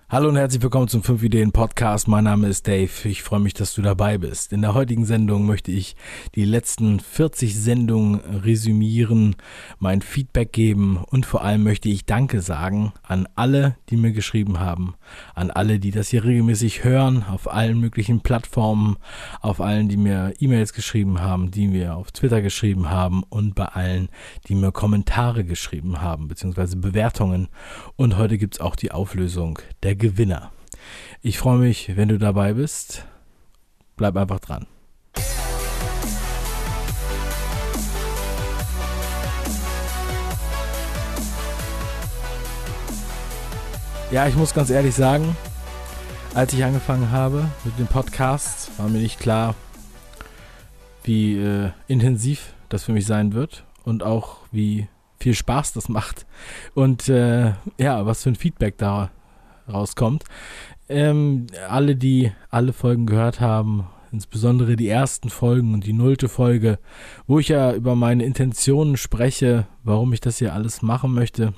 Hallo und herzlich willkommen zum 5 Ideen Podcast. Mein Name ist Dave. Ich freue mich, dass du dabei bist. In der heutigen Sendung möchte ich die letzten 40 Sendungen resümieren, mein Feedback geben und vor allem möchte ich Danke sagen an alle, die mir geschrieben haben, an alle, die das hier regelmäßig hören, auf allen möglichen Plattformen, auf allen, die mir E-Mails geschrieben haben, die mir auf Twitter geschrieben haben und bei allen, die mir Kommentare geschrieben haben, beziehungsweise Bewertungen. Und heute gibt es auch die Auflösung der Gewinner. Ich freue mich, wenn du dabei bist. Bleib einfach dran. Ja, ich muss ganz ehrlich sagen, als ich angefangen habe mit dem Podcast, war mir nicht klar, wie intensiv das für mich sein wird und auch wie viel Spaß das macht und was für ein Feedback da rauskommt. Alle, die alle Folgen gehört haben, insbesondere die ersten Folgen und die 0. Folge, wo ich ja über meine Intentionen spreche, warum ich das hier alles machen möchte.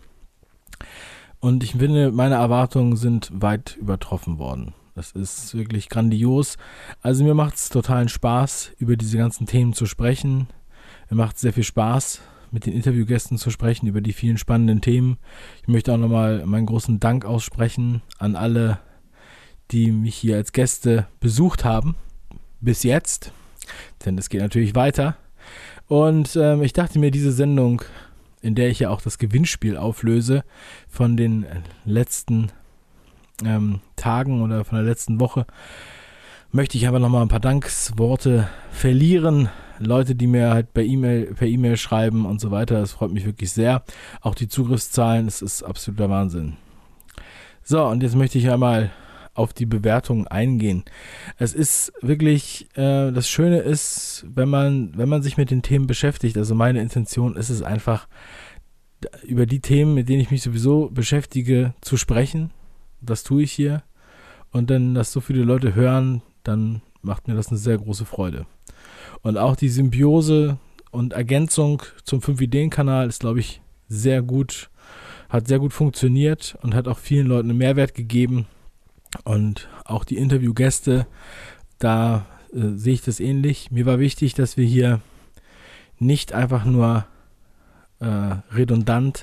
Und ich finde, meine Erwartungen sind weit übertroffen worden. Das ist wirklich grandios. Also mir macht es totalen Spaß, über diese ganzen Themen zu sprechen. Mir macht es sehr viel Spaß, mit den Interviewgästen zu sprechen über die vielen spannenden Themen. Ich möchte auch nochmal meinen großen Dank aussprechen an alle, die mich hier als Gäste besucht haben, bis jetzt, denn es geht natürlich weiter. Und ich dachte mir, diese Sendung, in der ich ja auch das Gewinnspiel auflöse, von den letzten Tagen oder von der letzten Woche, möchte ich aber nochmal ein paar Danksworte verlieren. Leute, die mir halt per E-Mail schreiben und so weiter, das freut mich wirklich sehr. Auch die Zugriffszahlen, das ist absoluter Wahnsinn. So, und jetzt möchte ich einmal auf die Bewertungen eingehen. Es ist wirklich, das Schöne ist, wenn man sich mit den Themen beschäftigt, also meine Intention ist es einfach, über die Themen, mit denen ich mich sowieso beschäftige, zu sprechen. Das tue ich hier. Und dann, dass so viele Leute hören, dann macht mir das eine sehr große Freude. Und auch die Symbiose und Ergänzung zum 5-Ideen-Kanal ist, glaube ich, sehr gut, hat sehr gut funktioniert und hat auch vielen Leuten einen Mehrwert gegeben. Und auch die Interviewgäste, da sehe ich das ähnlich. Mir war wichtig, dass wir hier nicht einfach nur redundant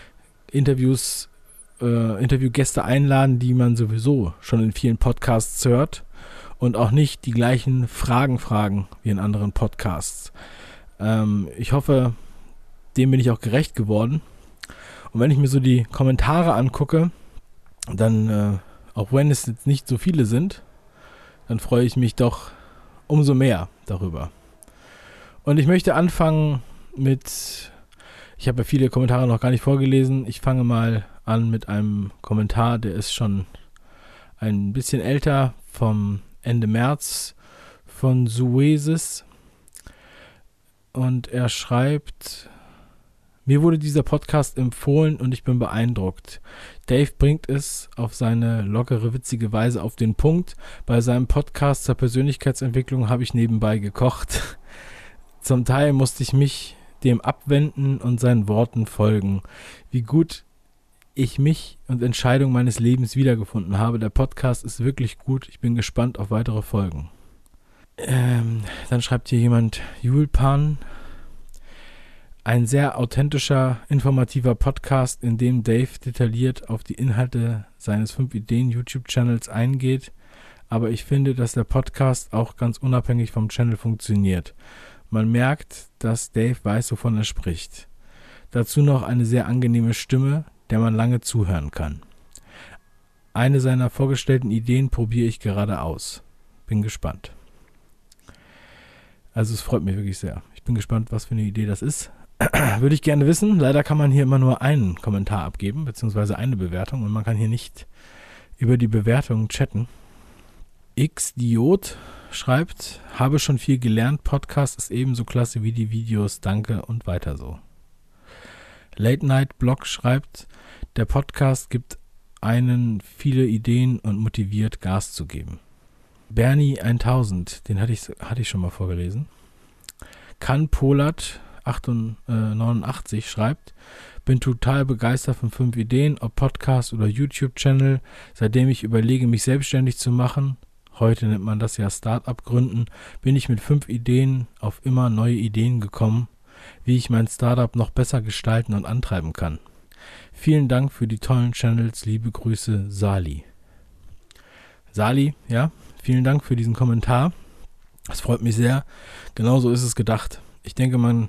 Interviewgäste einladen, die man sowieso schon in vielen Podcasts hört. Und auch nicht die gleichen Fragen wie in anderen Podcasts. Ich hoffe, dem bin ich auch gerecht geworden. Und wenn ich mir so die Kommentare angucke, dann, auch wenn es jetzt nicht so viele sind, dann freue ich mich doch umso mehr darüber. Und ich möchte anfangen ich habe ja viele Kommentare noch gar nicht vorgelesen. Ich fange mal an mit einem Kommentar, der ist schon ein bisschen älter, vom Ende März, von Suesis, und er schreibt: Mir wurde dieser Podcast empfohlen und ich bin beeindruckt. Dave bringt es auf seine lockere, witzige Weise auf den Punkt. Bei seinem Podcast zur Persönlichkeitsentwicklung habe ich nebenbei gekocht. Zum Teil musste ich mich dem abwenden und seinen Worten folgen. Wie gut ich mich und Entscheidungen meines Lebens wiedergefunden habe. Der Podcast ist wirklich gut. Ich bin gespannt auf weitere Folgen. Dann schreibt hier jemand: Julpan. Ein sehr authentischer, informativer Podcast, in dem Dave detailliert auf die Inhalte seines 5-Ideen-YouTube-Channels eingeht. Aber ich finde, dass der Podcast auch ganz unabhängig vom Channel funktioniert. Man merkt, dass Dave weiß, wovon er spricht. Dazu noch eine sehr angenehme Stimme, der man lange zuhören kann. Eine seiner vorgestellten Ideen probiere ich gerade aus. Bin gespannt. Also es freut mich wirklich sehr. Ich bin gespannt, was für eine Idee das ist. Würde ich gerne wissen. Leider kann man hier immer nur einen Kommentar abgeben, beziehungsweise eine Bewertung, und man kann hier nicht über die Bewertung chatten. Xdiot schreibt: Habe schon viel gelernt. Podcast ist ebenso klasse wie die Videos. Danke und weiter so. Late Night Blog schreibt: Der Podcast gibt einen viele Ideen und motiviert, Gas zu geben. Bernie 1000, den hatte ich schon mal vorgelesen. Kan Polat 89 schreibt: Bin total begeistert von 5 Ideen, ob Podcast oder YouTube-Channel, seitdem ich überlege, mich selbstständig zu machen. Heute nennt man das ja Start-up gründen, bin ich mit 5 Ideen auf immer neue Ideen gekommen, wie ich mein Startup noch besser gestalten und antreiben kann. Vielen Dank für die tollen Channels, liebe Grüße, Sali. Sali, ja, vielen Dank für diesen Kommentar. Das freut mich sehr. Genauso ist es gedacht. Ich denke, man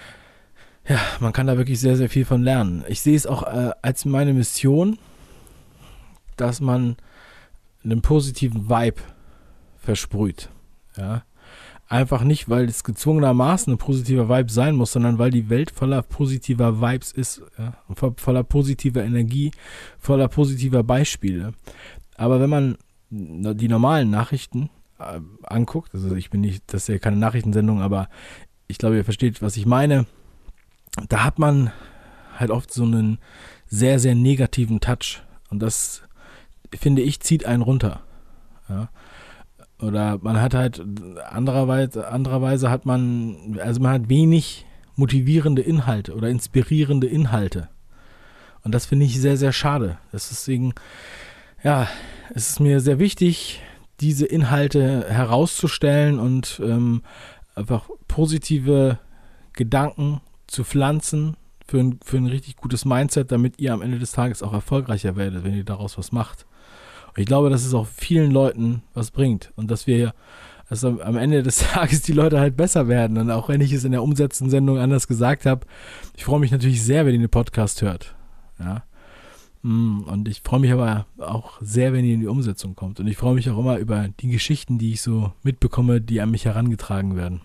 kann da wirklich sehr, sehr viel von lernen. Ich sehe es auch als meine Mission, dass man einen positiven Vibe versprüht. Ja? Einfach nicht, weil es gezwungenermaßen ein positiver Vibe sein muss, sondern weil die Welt voller positiver Vibes ist, ja? Voller positiver Energie, voller positiver Beispiele. Aber wenn man die normalen Nachrichten anguckt, also das ist ja keine Nachrichtensendung, aber ich glaube, ihr versteht, was ich meine, da hat man halt oft so einen sehr, sehr negativen Touch und das, finde ich, zieht einen runter. Ja? Oder man hat halt andererweise hat man hat wenig motivierende Inhalte oder inspirierende Inhalte. Und das finde ich sehr, sehr schade. Deswegen, ja, es ist mir sehr wichtig, diese Inhalte herauszustellen und einfach positive Gedanken zu pflanzen für ein richtig gutes Mindset, damit ihr am Ende des Tages auch erfolgreicher werdet, wenn ihr daraus was macht. Und ich glaube, dass es auch vielen Leuten was bringt und dass am Ende des Tages die Leute halt besser werden. Und auch wenn ich es in der Umsetzen-Sendung anders gesagt habe, ich freue mich natürlich sehr, wenn ihr den Podcast hört. Ja. Und ich freue mich aber auch sehr, wenn ihr in die Umsetzung kommt. Und ich freue mich auch immer über die Geschichten, die ich so mitbekomme, die an mich herangetragen werden.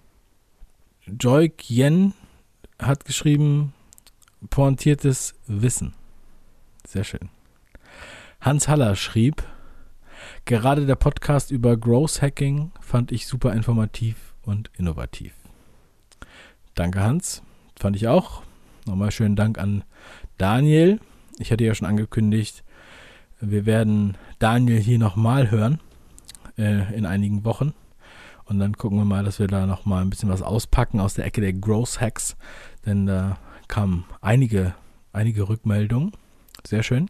Joy Yen hat geschrieben, pointiertes Wissen. Sehr schön. Hans Haller schrieb, gerade der Podcast über Growth Hacking fand ich super informativ und innovativ. Danke, Hans. Fand ich auch. Nochmal schönen Dank an Daniel. Ich hatte ja schon angekündigt, wir werden Daniel hier nochmal hören in einigen Wochen. Und dann gucken wir mal, dass wir da nochmal ein bisschen was auspacken aus der Ecke der Growth Hacks. Denn da kamen einige Rückmeldungen. Sehr schön.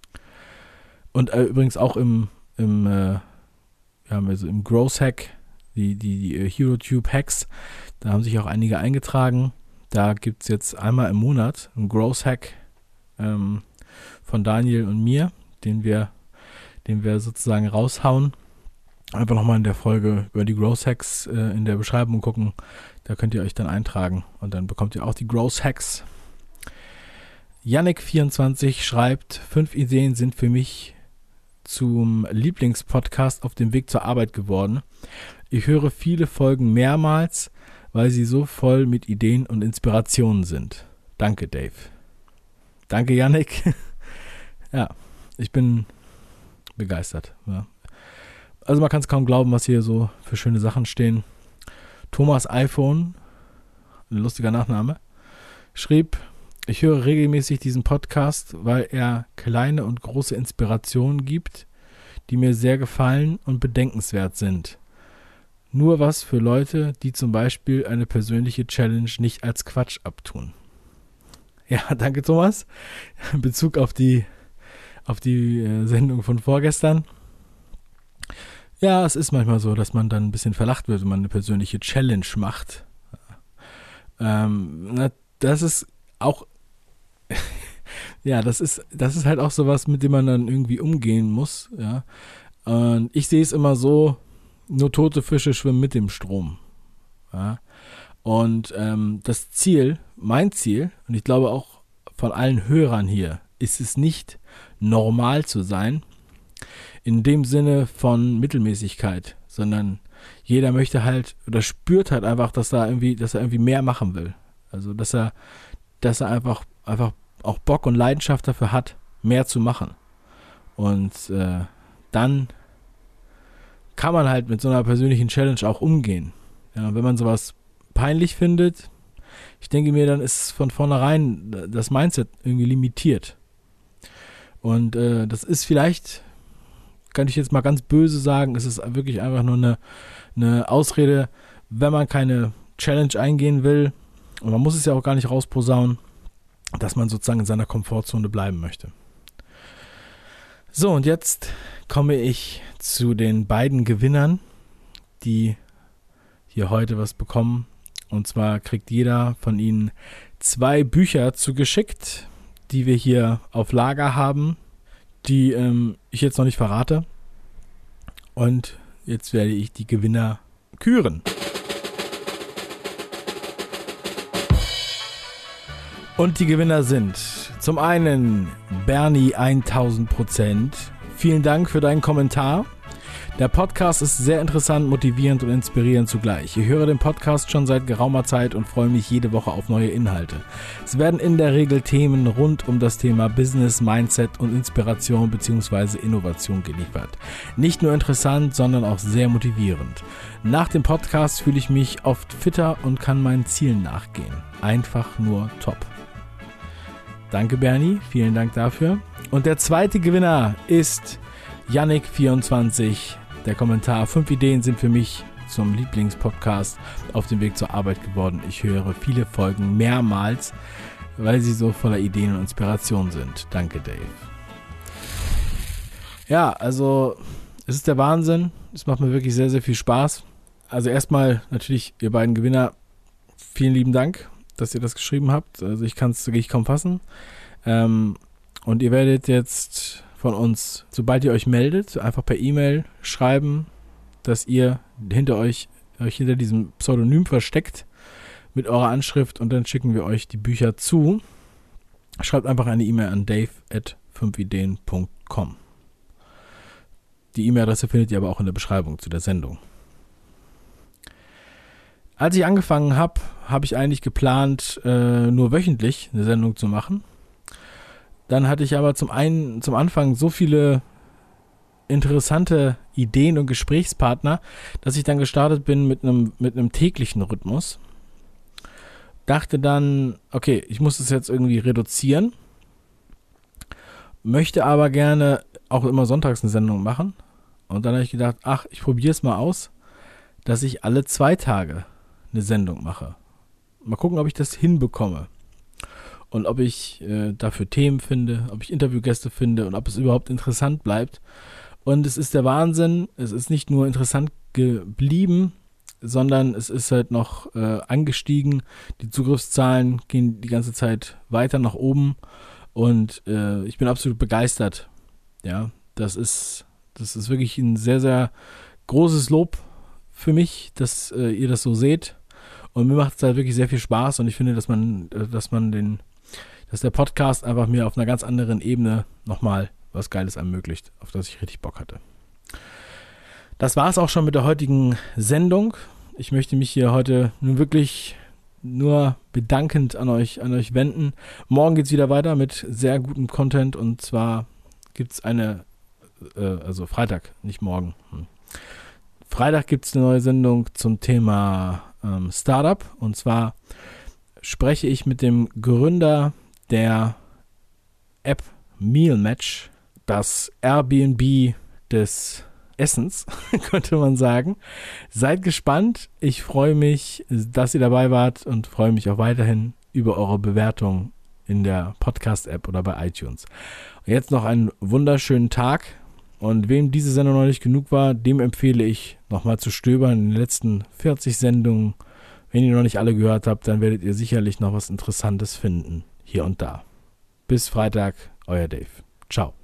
Und übrigens auch im Growth Hack, die HeroTube Hacks, da haben sich auch einige eingetragen. Da gibt es jetzt einmal im Monat einen Growth Hack von Daniel und mir, den wir sozusagen raushauen. Einfach nochmal in der Folge über die Growth Hacks in der Beschreibung gucken. Da könnt ihr euch dann eintragen und dann bekommt ihr auch die Growth Hacks. Yannick24 schreibt, 5 Ideen sind für mich zum Lieblingspodcast auf dem Weg zur Arbeit geworden. Ich höre viele Folgen mehrmals, weil sie so voll mit Ideen und Inspirationen sind. Danke, Dave. Danke, Yannick. Ja, ich bin begeistert. Ja. Also man kann es kaum glauben, was hier so für schöne Sachen stehen. Thomas iPhone, ein lustiger Nachname, schrieb, ich höre regelmäßig diesen Podcast, weil er kleine und große Inspirationen gibt, die mir sehr gefallen und bedenkenswert sind. Nur was für Leute, die zum Beispiel eine persönliche Challenge nicht als Quatsch abtun. Ja, danke Thomas. In Bezug auf die Sendung von vorgestern. Ja, es ist manchmal so, dass man dann ein bisschen verlacht wird, wenn man eine persönliche Challenge macht. Das ist auch, ja, das ist halt auch sowas, mit dem man dann irgendwie umgehen muss. Ja. Und ich sehe es immer so, nur tote Fische schwimmen mit dem Strom. Ja. Und das Ziel, mein Ziel, und ich glaube auch von allen Hörern hier, ist es nicht, normal zu sein, in dem Sinne von Mittelmäßigkeit, sondern jeder möchte halt oder spürt halt einfach, dass er irgendwie mehr machen will. Also dass er einfach auch Bock und Leidenschaft dafür hat, mehr zu machen. Und dann kann man halt mit so einer persönlichen Challenge auch umgehen. Ja, wenn man sowas peinlich findet, ich denke mir, dann ist von vornherein das Mindset irgendwie limitiert. Und das ist vielleicht, kann ich jetzt mal ganz böse sagen, es ist wirklich einfach nur eine Ausrede, wenn man keine Challenge eingehen will. Und man muss es ja auch gar nicht rausposaunen. dass man sozusagen in seiner Komfortzone bleiben möchte. So, und jetzt komme ich zu den beiden Gewinnern, die hier heute was bekommen. Und zwar kriegt jeder von ihnen 2 Bücher zugeschickt, die wir hier auf Lager haben, die ich jetzt noch nicht verrate. Und jetzt werde ich die Gewinner küren. Und die Gewinner sind zum einen Bernie 1000%. Vielen Dank für deinen Kommentar. Der Podcast ist sehr interessant, motivierend und inspirierend zugleich. Ich höre den Podcast schon seit geraumer Zeit und freue mich jede Woche auf neue Inhalte. Es werden in der Regel Themen rund um das Thema Business, Mindset und Inspiration bzw. Innovation geliefert. Nicht nur interessant, sondern auch sehr motivierend. Nach dem Podcast fühle ich mich oft fitter und kann meinen Zielen nachgehen. Einfach nur top. Danke Bernie, vielen Dank dafür. Und der zweite Gewinner ist Yannick24. Der Kommentar: 5 Ideen sind für mich zum Lieblingspodcast auf dem Weg zur Arbeit geworden. Ich höre viele Folgen mehrmals, weil sie so voller Ideen und Inspiration sind. Danke Dave. Ja, also es ist der Wahnsinn. Es macht mir wirklich sehr, sehr viel Spaß. Also erstmal natürlich ihr beiden Gewinner, vielen lieben Dank, dass ihr das geschrieben habt. Also ich kann es wirklich kaum fassen. Und ihr werdet jetzt von uns, sobald ihr euch meldet, einfach per E-Mail schreiben, dass ihr euch hinter diesem Pseudonym versteckt mit eurer Anschrift, und dann schicken wir euch die Bücher zu. Schreibt einfach eine E-Mail an dave@5ideen.com. Die E-Mail-Adresse findet ihr aber auch in der Beschreibung zu der Sendung. Als ich angefangen habe, habe ich eigentlich geplant, nur wöchentlich eine Sendung zu machen. Dann hatte ich aber zum Anfang so viele interessante Ideen und Gesprächspartner, dass ich dann gestartet bin mit einem täglichen Rhythmus. Dachte dann, okay, ich muss das jetzt irgendwie reduzieren, möchte aber gerne auch immer sonntags eine Sendung machen. Und dann habe ich gedacht, ich probiere es mal aus, dass ich alle 2 Tage eine Sendung mache. Mal gucken, ob ich das hinbekomme. Und ob ich dafür Themen finde, ob ich Interviewgäste finde und ob es überhaupt interessant bleibt. Und es ist der Wahnsinn, es ist nicht nur interessant geblieben, sondern es ist halt noch angestiegen. Die Zugriffszahlen gehen die ganze Zeit weiter nach oben und ich bin absolut begeistert. Ja, das ist wirklich ein sehr, sehr großes Lob für mich, dass ihr das so seht. Und mir macht es halt wirklich sehr viel Spaß, und ich finde, dass der Podcast einfach mir auf einer ganz anderen Ebene nochmal was Geiles ermöglicht, auf das ich richtig Bock hatte. Das war es auch schon mit der heutigen Sendung. Ich möchte mich hier heute nun wirklich nur bedankend an euch wenden. Morgen geht es wieder weiter mit sehr gutem Content, und zwar gibt es also Freitag, nicht morgen. Freitag gibt es eine neue Sendung zum Thema Startup, und zwar spreche ich mit dem Gründer der App Meal Match, das Airbnb des Essens, könnte man sagen. Seid gespannt. Ich freue mich, dass ihr dabei wart, und freue mich auch weiterhin über eure Bewertung in der Podcast-App oder bei iTunes. Und jetzt noch einen wunderschönen Tag, und wem diese Sendung noch nicht genug war, dem empfehle ich nochmal zu stöbern in den letzten 40 Sendungen. Wenn ihr noch nicht alle gehört habt, dann werdet ihr sicherlich noch was Interessantes finden, hier und da. Bis Freitag, euer Dave. Ciao.